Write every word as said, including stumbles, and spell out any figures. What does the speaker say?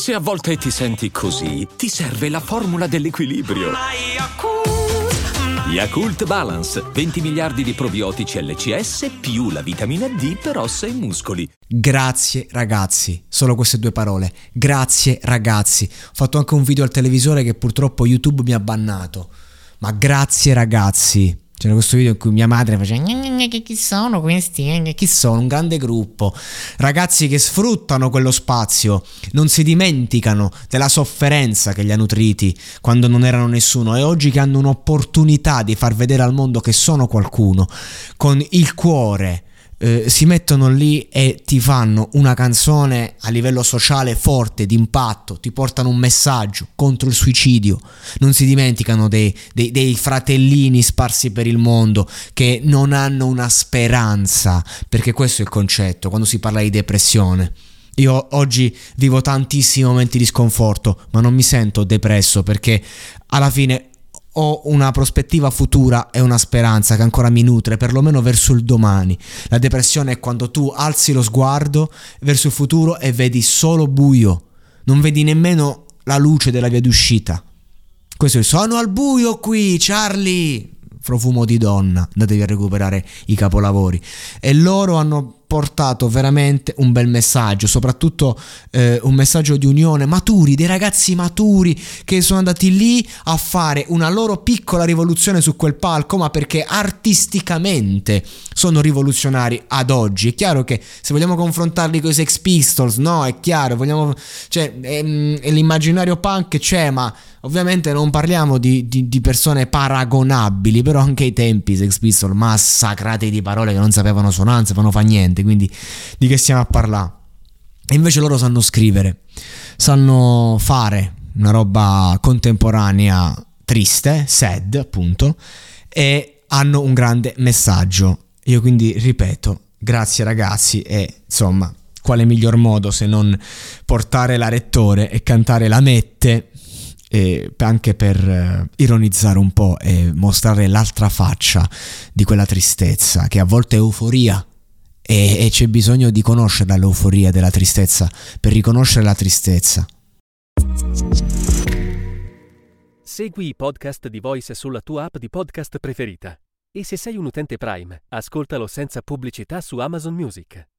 Se a volte ti senti così, ti serve la formula dell'equilibrio. Yakult Balance, venti miliardi di probiotici L C S più la vitamina D per ossa e muscoli. Grazie ragazzi, solo queste due parole. Grazie ragazzi. Ho fatto anche un video al televisore che purtroppo YouTube mi ha bannato. Ma grazie ragazzi. C'era questo video in cui mia madre faceva che chi sono questi? Chi sono? Un grande gruppo. Ragazzi che sfruttano quello spazio, non si dimenticano della sofferenza che li ha nutriti quando non erano nessuno, e oggi che hanno un'opportunità di far vedere al mondo che sono qualcuno, con il cuore eh, si mettono lì e ti fanno una canzone a livello sociale forte, d'impatto, ti portano un messaggio contro il suicidio. Non si dimenticano dei, dei, dei fratellini sparsi per il mondo che non hanno una speranza, perché questo è il concetto quando si parla di depressione. Io oggi vivo tantissimi momenti di sconforto, ma non mi sento depresso, perché alla fine ho una prospettiva futura e una speranza che ancora mi nutre, perlomeno verso il domani. La depressione è quando tu alzi lo sguardo verso il futuro e vedi solo buio, non vedi nemmeno la luce della via d'uscita. Questo è il sono al buio qui, Charlie, profumo di donna, andatevi a recuperare i capolavori. E loro hanno portato veramente un bel messaggio, soprattutto eh, un messaggio di unione, maturi, dei ragazzi maturi che sono andati lì a fare una loro piccola rivoluzione su quel palco, ma perché artisticamente sono rivoluzionari ad oggi. È chiaro che se vogliamo confrontarli con i Sex Pistols, no, è chiaro, vogliamo, cioè ehm, l'immaginario punk c'è, ma ovviamente non parliamo di, di, di persone paragonabili, però anche ai tempi i Sex Pistols massacrati di parole che non sapevano suonare, non sapevano fa niente, quindi di che stiamo a parlare? E invece loro sanno scrivere, sanno fare una roba contemporanea triste, sad appunto, e hanno un grande messaggio. Io quindi ripeto, grazie ragazzi, e insomma, quale miglior modo se non portare la Rettore e cantare La Mette, e anche per eh, ironizzare un po' e mostrare l'altra faccia di quella tristezza che a volte è euforia, e, e c'è bisogno di conoscere l'euforia della tristezza per riconoscere la tristezza. Segui i podcast di Voice sulla tua app di podcast preferita, e se sei un utente Prime, ascoltalo senza pubblicità su Amazon Music.